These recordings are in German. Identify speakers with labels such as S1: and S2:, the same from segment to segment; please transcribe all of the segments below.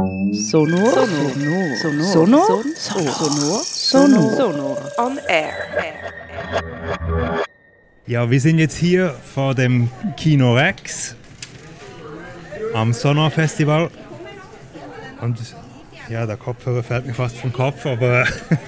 S1: Sonor. On air.
S2: Ja, wir sind jetzt hier vor dem Kino Rex am Sonor Festival und ja, der Kopfhörer fällt mir fast vom Kopf, aber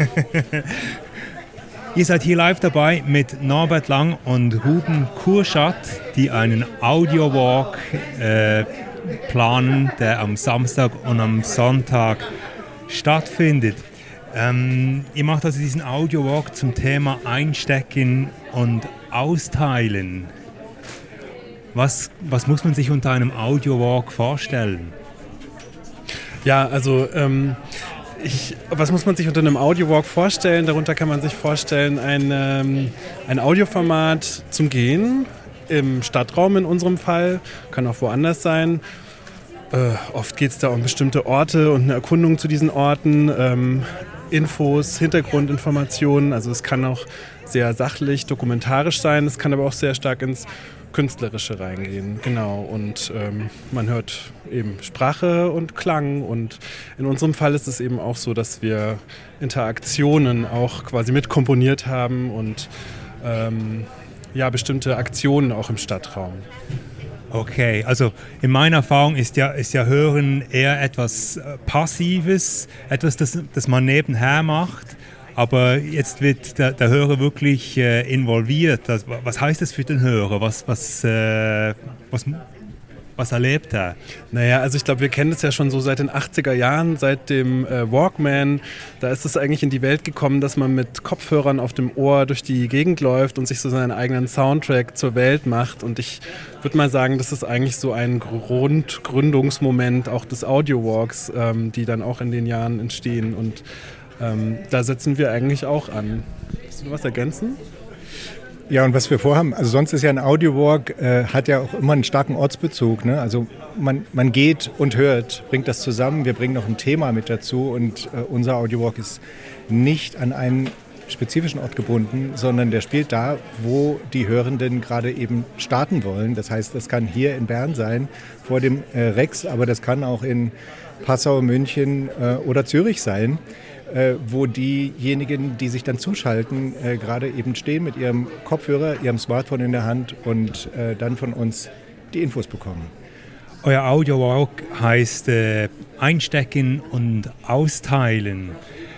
S2: ihr seid hier live dabei mit Norbert Lang und Ruben Kurschat, die einen Audio-Walk planen, der am Samstag und am Sonntag stattfindet. Ihr macht also diesen Audio-Walk zum Thema Einstecken und Austeilen. Was muss man sich unter einem Audio-Walk vorstellen?
S3: Ja, also was muss man sich unter einem Audio-Walk vorstellen? Darunter kann man sich vorstellen ein Audioformat zum Gehen im Stadtraum in unserem Fall, kann auch woanders sein. Oft geht es da um bestimmte Orte und eine Erkundung zu diesen Orten, Infos, Hintergrundinformationen. Also es kann auch sehr sachlich, dokumentarisch sein, es kann aber auch sehr stark ins Künstlerische reingehen. Genau, und man hört eben Sprache und Klang und in unserem Fall ist es eben auch so, dass wir Interaktionen auch quasi mitkomponiert haben und bestimmte Aktionen auch im Stadtraum.
S2: Okay, also in meiner Erfahrung ist ja Hören eher etwas Passives, etwas, das man nebenher macht, aber jetzt wird der Hörer wirklich involviert. Was heißt das für den Hörer? Was erlebt er?
S3: Naja, also ich glaube, wir kennen das ja schon so seit den 80er Jahren, seit dem Walkman. Da ist es eigentlich in die Welt gekommen, dass man mit Kopfhörern auf dem Ohr durch die Gegend läuft und sich so seinen eigenen Soundtrack zur Welt macht. Und ich würde mal sagen, das ist eigentlich so ein Gründungsmoment auch des Audio-Walks, die dann auch in den Jahren entstehen. Und da setzen wir eigentlich auch an. Willst du noch was ergänzen?
S4: Ja, und was wir vorhaben, also sonst ist ja ein Audio-Walk, hat ja auch immer einen starken Ortsbezug. Ne? Also man geht und hört, bringt das zusammen, wir bringen noch ein Thema mit dazu und unser Audio-Walk ist nicht an einen spezifischen Ort gebunden, sondern der spielt da, wo die Hörenden gerade eben starten wollen. Das heißt, das kann hier in Bern sein, vor dem Rex, aber das kann auch in Passau, München oder Zürich sein. Wo diejenigen, die sich dann zuschalten, gerade eben stehen mit ihrem Kopfhörer, ihrem Smartphone in der Hand und dann von uns die Infos bekommen.
S2: Euer Audio-Walk heißt Einstecken und Austeilen.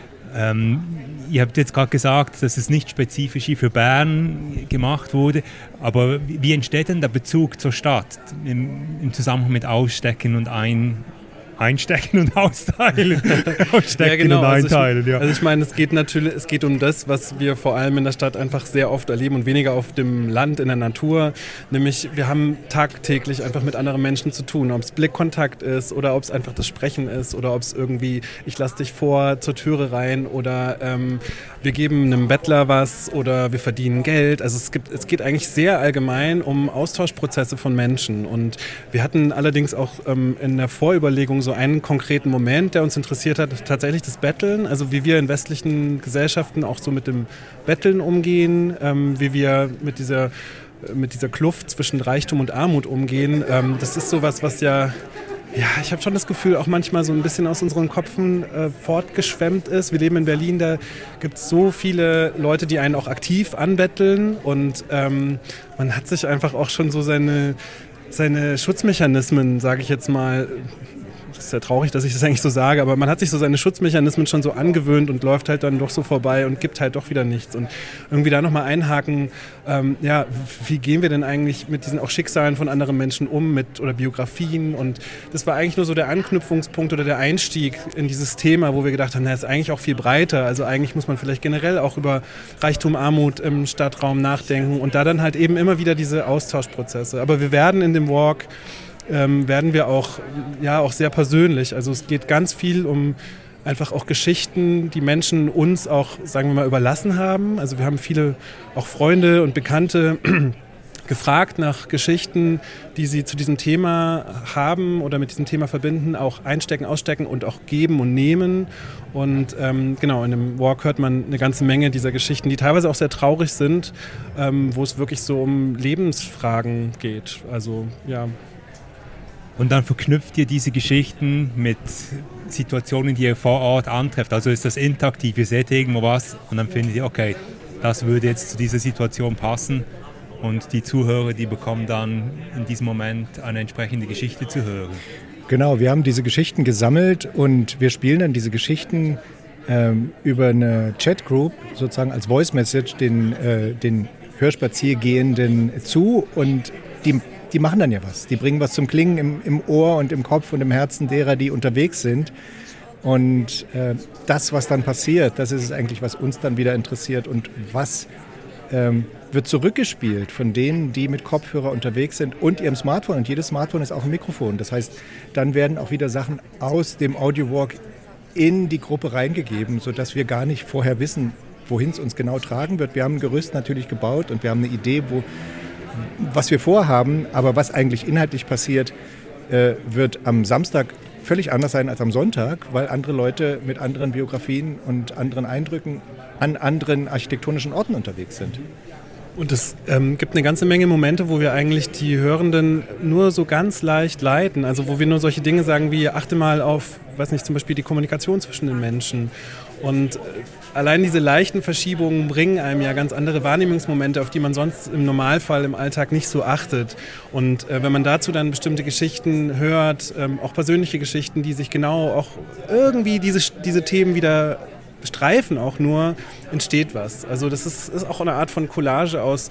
S2: Ihr habt jetzt gerade gesagt, dass es nicht spezifisch hier für Bern gemacht wurde, aber wie entsteht denn der Bezug zur Stadt im Zusammenhang mit Ausstecken und Einstecken und austeilen. Ausstecken ja, genau. Und einteilen, ja.
S3: Also ich meine, es geht um das, was wir vor allem in der Stadt einfach sehr oft erleben und weniger auf dem Land, in der Natur. Nämlich, wir haben tagtäglich einfach mit anderen Menschen zu tun. Ob es Blickkontakt ist oder ob es einfach das Sprechen ist oder ob es irgendwie, ich lass dich vor zur Türe rein oder wir geben einem Bettler was oder wir verdienen Geld. Also es geht eigentlich sehr allgemein um Austauschprozesse von Menschen. Und wir hatten allerdings auch in der Vorüberlegung so einen konkreten Moment, der uns interessiert hat, tatsächlich das Betteln, also wie wir in westlichen Gesellschaften auch so mit dem Betteln umgehen, wie wir mit dieser Kluft zwischen Reichtum und Armut umgehen. Das ist sowas, was ja, ich habe schon das Gefühl, auch manchmal so ein bisschen aus unseren Köpfen fortgeschwemmt ist. Wir leben in Berlin, da gibt es so viele Leute, die einen auch aktiv anbetteln und man hat sich einfach auch schon so seine Schutzmechanismen, sage ich jetzt mal, das ist ja traurig, dass ich das eigentlich so sage, aber man hat sich so seine Schutzmechanismen schon so angewöhnt und läuft halt dann doch so vorbei und gibt halt doch wieder nichts. Und irgendwie da nochmal einhaken, wie gehen wir denn eigentlich mit diesen auch Schicksalen von anderen Menschen um, oder Biografien? Und das war eigentlich nur so der Anknüpfungspunkt oder der Einstieg in dieses Thema, wo wir gedacht haben, ist eigentlich auch viel breiter. Also eigentlich muss man vielleicht generell auch über Reichtum, Armut im Stadtraum nachdenken und da dann halt eben immer wieder diese Austauschprozesse. Aber wir werden in dem Walk werden wir auch sehr persönlich. Also es geht ganz viel um einfach auch Geschichten, die Menschen uns auch, sagen wir mal, überlassen haben. Also wir haben viele auch Freunde und Bekannte gefragt nach Geschichten, die sie zu diesem Thema haben oder mit diesem Thema verbinden, auch einstecken, ausstecken und auch geben und nehmen. Und in dem Walk hört man eine ganze Menge dieser Geschichten, die teilweise auch sehr traurig sind, wo es wirklich so um Lebensfragen geht. Also ja.
S2: Und dann verknüpft ihr diese Geschichten mit Situationen, die ihr vor Ort antrefft. Also ist das interaktiv, ihr seht irgendwo was und dann findet ihr, okay, das würde jetzt zu dieser Situation passen. Und die Zuhörer, die bekommen dann in diesem Moment eine entsprechende Geschichte zu hören.
S4: Genau, wir haben diese Geschichten gesammelt und wir spielen dann diese Geschichten über eine Chatgroup sozusagen als Voice Message den Hörspaziergehenden zu und die machen dann ja was. Die bringen was zum Klingen im Ohr und im Kopf und im Herzen derer, die unterwegs sind. Und das, was dann passiert, das ist es eigentlich, was uns dann wieder interessiert und was wird zurückgespielt von denen, die mit Kopfhörer unterwegs sind und ihrem Smartphone. Und jedes Smartphone ist auch ein Mikrofon. Das heißt, dann werden auch wieder Sachen aus dem Audiowalk in die Gruppe reingegeben, sodass wir gar nicht vorher wissen, wohin es uns genau tragen wird. Wir haben ein Gerüst natürlich gebaut und wir haben eine Idee, was wir vorhaben, aber was eigentlich inhaltlich passiert, wird am Samstag völlig anders sein als am Sonntag, weil andere Leute mit anderen Biografien und anderen Eindrücken an anderen architektonischen Orten unterwegs sind.
S3: Und es gibt eine ganze Menge Momente, wo wir eigentlich die Hörenden nur so ganz leicht leiten. Also wo wir nur solche Dinge sagen wie, achte mal auf, weiß nicht, zum Beispiel die Kommunikation zwischen den Menschen. Und allein diese leichten Verschiebungen bringen einem ja ganz andere Wahrnehmungsmomente, auf die man sonst im Normalfall im Alltag nicht so achtet. Und wenn man dazu dann bestimmte Geschichten hört, auch persönliche Geschichten, die sich genau auch irgendwie diese Themen wieder streifen auch nur, entsteht was. Also das ist auch eine Art von Collage aus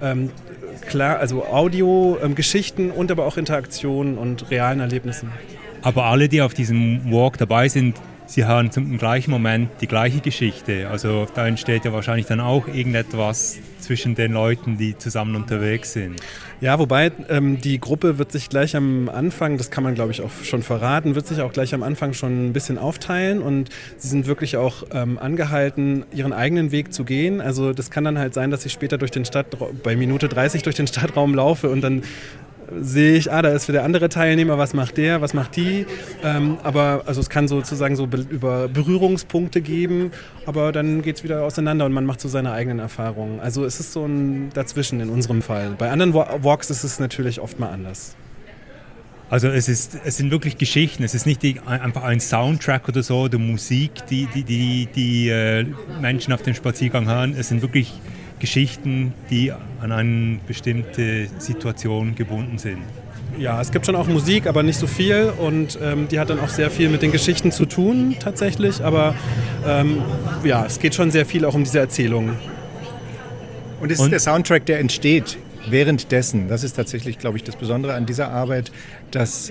S3: also Audio, Geschichten und aber auch Interaktionen und realen Erlebnissen.
S2: Aber alle, die auf diesem Walk dabei sind, sie hören im gleichen Moment die gleiche Geschichte. Also da entsteht ja wahrscheinlich dann auch irgendetwas zwischen den Leuten, die zusammen unterwegs sind.
S3: Ja, wobei die Gruppe wird sich gleich am Anfang, das kann man glaube ich auch schon verraten, wird sich auch gleich am Anfang schon ein bisschen aufteilen und sie sind wirklich auch angehalten, ihren eigenen Weg zu gehen. Also das kann dann halt sein, dass ich später bei Minute 30 durch den Stadtraum laufe und dann sehe ich, da ist wieder der andere Teilnehmer, was macht der, was macht die. Aber also es kann sozusagen so über Berührungspunkte geben, aber dann geht es wieder auseinander und man macht so seine eigenen Erfahrungen. Also es ist so ein Dazwischen in unserem Fall. Bei anderen Walks ist es natürlich oft mal anders.
S2: Also es sind wirklich Geschichten, es ist nicht einfach ein Soundtrack oder so, oder Musik, die Menschen auf dem Spaziergang hören. Es sind wirklich Geschichten, die an eine bestimmte Situation gebunden sind.
S3: Ja, es gibt schon auch Musik, aber nicht so viel und die hat dann auch sehr viel mit den Geschichten zu tun tatsächlich, aber es geht schon sehr viel auch um diese Erzählungen.
S4: Und es ist der Soundtrack, der entsteht währenddessen. Das ist tatsächlich, glaube ich, das Besondere an dieser Arbeit, dass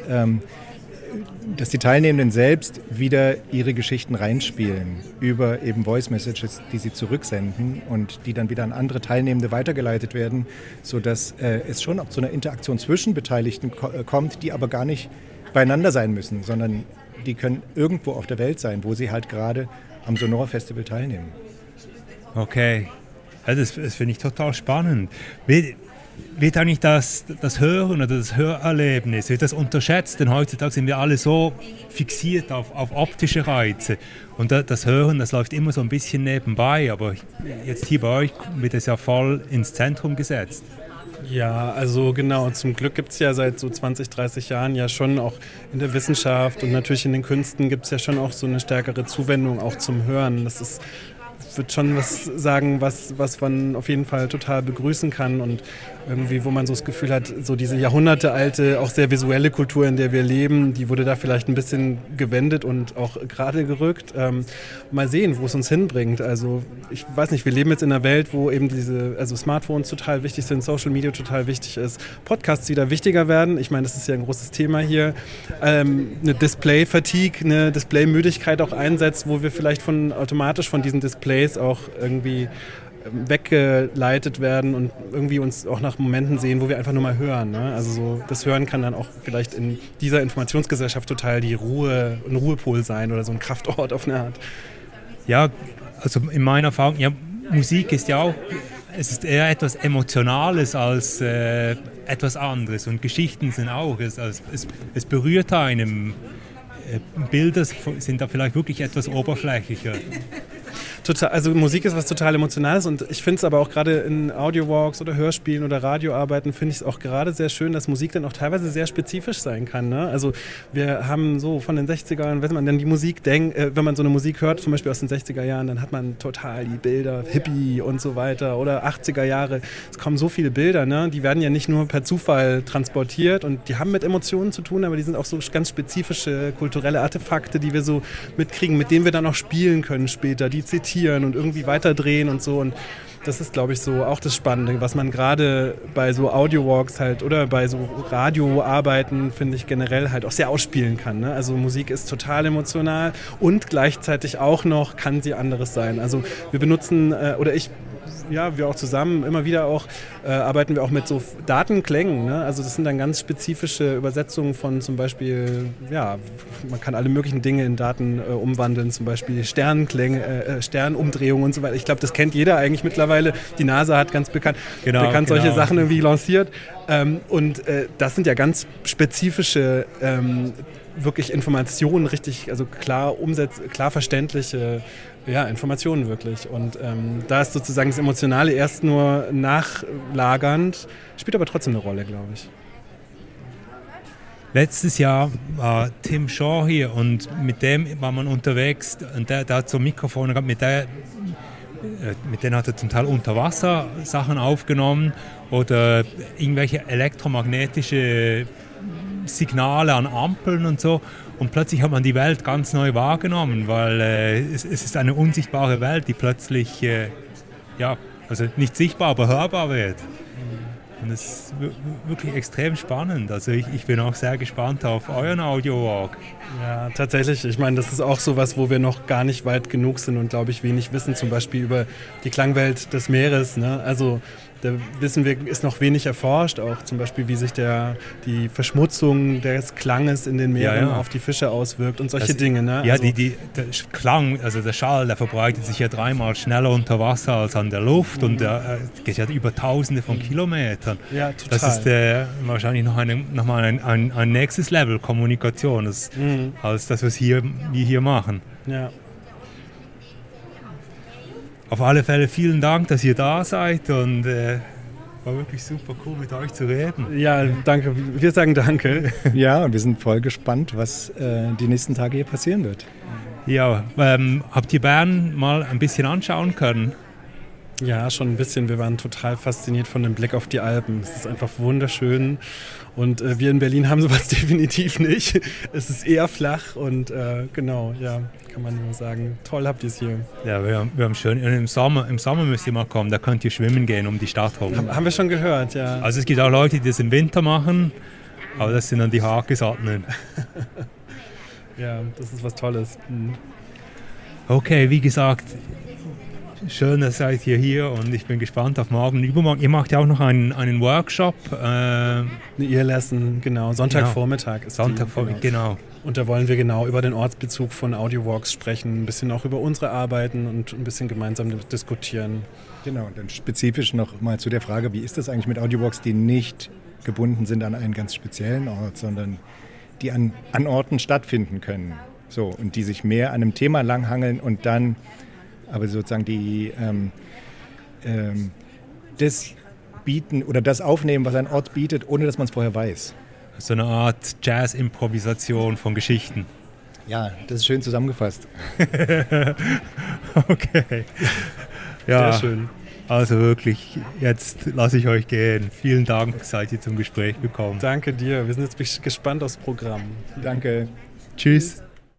S4: die Teilnehmenden selbst wieder ihre Geschichten reinspielen über eben Voice Messages, die sie zurücksenden und die dann wieder an andere Teilnehmende weitergeleitet werden, sodass es schon auch zu einer Interaktion zwischen Beteiligten kommt, die aber gar nicht beieinander sein müssen, sondern die können irgendwo auf der Welt sein, wo sie halt gerade am Sonora Festival teilnehmen.
S2: Okay, ja, das finde ich total spannend. Wird eigentlich das Hören oder das Hörerlebnis, wird das unterschätzt? Denn heutzutage sind wir alle so fixiert auf optische Reize. Und das Hören, das läuft immer so ein bisschen nebenbei. Aber jetzt hier bei euch wird es ja voll ins Zentrum gesetzt.
S3: Ja, also genau. Zum Glück gibt es ja seit so 20, 30 Jahren ja schon auch in der Wissenschaft und natürlich in den Künsten gibt es ja schon auch so eine stärkere Zuwendung auch zum Hören. Ich würde schon was sagen, was man auf jeden Fall total begrüßen kann und irgendwie, wo man so das Gefühl hat, so diese jahrhundertealte, auch sehr visuelle Kultur, in der wir leben, die wurde da vielleicht ein bisschen gewendet und auch gerade gerückt. Mal sehen, wo es uns hinbringt. Also ich weiß nicht, wir leben jetzt in einer Welt, wo eben Smartphones total wichtig sind, Social Media total wichtig ist, Podcasts wieder wichtiger werden. Ich meine, das ist ja ein großes Thema hier. Eine Display-Fatigue, eine Display-Müdigkeit auch einsetzt, wo wir vielleicht automatisch von diesen Displays auch irgendwie weggeleitet werden und irgendwie uns auch nach Momenten sehen, wo wir einfach nur mal hören. Ne? Also so, das Hören kann dann auch vielleicht in dieser Informationsgesellschaft total ein Ruhepol sein oder so ein Kraftort auf eine Art.
S2: Ja, also in meiner Erfahrung, ja, Musik ist ja auch, es ist eher etwas Emotionales als etwas anderes und Geschichten sind auch, es berührt einem. Bilder sind da vielleicht wirklich etwas oberflächlicher.
S3: Total, also Musik ist was total Emotionales und ich finde es aber auch gerade in Audiowalks oder Hörspielen oder Radioarbeiten finde ich es auch gerade sehr schön, dass Musik dann auch teilweise sehr spezifisch sein kann. Ne? Also wir haben so von den 60ern, wenn man dann die Musik denkt, wenn man so eine Musik hört, zum Beispiel aus den 60er Jahren, dann hat man total die Bilder, Hippie und so weiter oder 80er Jahre. Es kommen so viele Bilder, ne? Die werden ja nicht nur per Zufall transportiert und die haben mit Emotionen zu tun, aber die sind auch so ganz spezifische kulturelle Artefakte, die wir so mitkriegen, mit denen wir dann auch spielen können später, die zitieren und irgendwie weiterdrehen und so und das ist, glaube ich, so auch das Spannende, was man gerade bei so Audiowalks halt oder bei so Radioarbeiten, finde ich, generell halt auch sehr ausspielen kann. Ne? Also Musik ist total emotional und gleichzeitig auch noch kann sie anderes sein. Also wir benutzen, oder ich, ja, wir auch zusammen immer wieder auch, arbeiten wir auch mit so Datenklängen. Ne? Also das sind dann ganz spezifische Übersetzungen von zum Beispiel, ja, man kann alle möglichen Dinge in Daten umwandeln, zum Beispiel Sternenklänge, Sternumdrehungen und so weiter. Ich glaube, das kennt jeder eigentlich mittlerweile. Die NASA hat ganz bekannt solche Sachen irgendwie lanciert. Und das sind ja ganz spezifische wirklich Informationen, richtig, also klar verständliche Informationen wirklich. Und da ist sozusagen das Emotionale erst nur nachlagernd, spielt aber trotzdem eine Rolle, glaube ich.
S2: Letztes Jahr war Tim Shaw hier und mit dem war man unterwegs und der hat so Mikrofone gehabt, mit denen hat er zum Teil Unterwasser Sachen aufgenommen oder irgendwelche elektromagnetische Signale an Ampeln und so. Und plötzlich hat man die Welt ganz neu wahrgenommen, weil es ist eine unsichtbare Welt, die plötzlich also nicht sichtbar, aber hörbar wird. Und das ist wirklich extrem spannend. Also ich bin auch sehr gespannt auf euren Audiowalk.
S3: Ja, tatsächlich. Ich meine, das ist auch sowas, wo wir noch gar nicht weit genug sind und, glaube ich, wenig wissen, zum Beispiel über die Klangwelt des Meeres. Ne? Also da wissen wir, ist noch wenig erforscht, auch zum Beispiel, wie sich die Verschmutzung des Klanges in den Meeren auf die Fische auswirkt und solche Dinge. Ne?
S2: Ja, also der Klang, also der Schall, der verbreitet sich ja 3-mal schneller unter Wasser als an der Luft und der geht ja über Tausende von Kilometern.
S3: Ja, total.
S2: Das ist wahrscheinlich noch mal ein nächstes Level Kommunikation, als das, was wir hier machen.
S3: Ja.
S2: Auf alle Fälle vielen Dank, dass ihr da seid und war wirklich super cool, mit euch zu reden.
S3: Ja, danke. Wir sagen danke.
S4: Ja, und wir sind voll gespannt, was die nächsten Tage hier passieren wird.
S2: Ja, habt ihr Bern mal ein bisschen anschauen können?
S3: Ja, schon ein bisschen. Wir waren total fasziniert von dem Blick auf die Alpen. Es ist einfach wunderschön. Und wir in Berlin haben sowas definitiv nicht. Es ist eher flach und genau, ja, kann man nur sagen. Toll habt ihr es hier.
S2: Ja, wir haben schön. Und im Sommer müsst ihr mal kommen, da könnt ihr schwimmen gehen um die Stadt herum.
S3: Haben wir schon gehört, ja.
S2: Also es gibt auch Leute, die das im Winter machen, aber das sind dann die Hartgesottenen.
S3: Ja, das ist was Tolles.
S2: Okay, wie gesagt, schön, dass seid ihr hier und ich bin gespannt auf morgen und übermorgen. Ihr macht ja auch noch einen Workshop.
S3: Eine Ear-Lesson, genau. Sonntagvormittag ist
S2: Sonntagvormittag, genau.
S3: Und da wollen wir genau über den Ortsbezug von Audiowalks sprechen, ein bisschen auch über unsere Arbeiten und ein bisschen gemeinsam diskutieren.
S4: Genau, und dann spezifisch noch mal zu der Frage, wie ist das eigentlich mit Audiowalks, die nicht gebunden sind an einen ganz speziellen Ort, sondern die an Orten stattfinden können. So, und die sich mehr an einem Thema langhangeln und dann aber sozusagen das bieten oder das aufnehmen, was ein Ort bietet, ohne dass man es vorher weiß.
S2: So eine Art Jazz-Improvisation von Geschichten.
S4: Ja, das ist schön zusammengefasst.
S2: Okay. Ja, sehr schön. Also wirklich, jetzt lasse ich euch gehen. Vielen Dank, seid ihr zum Gespräch gekommen.
S3: Danke dir. Wir sind jetzt gespannt aufs Programm.
S4: Danke.
S2: Tschüss.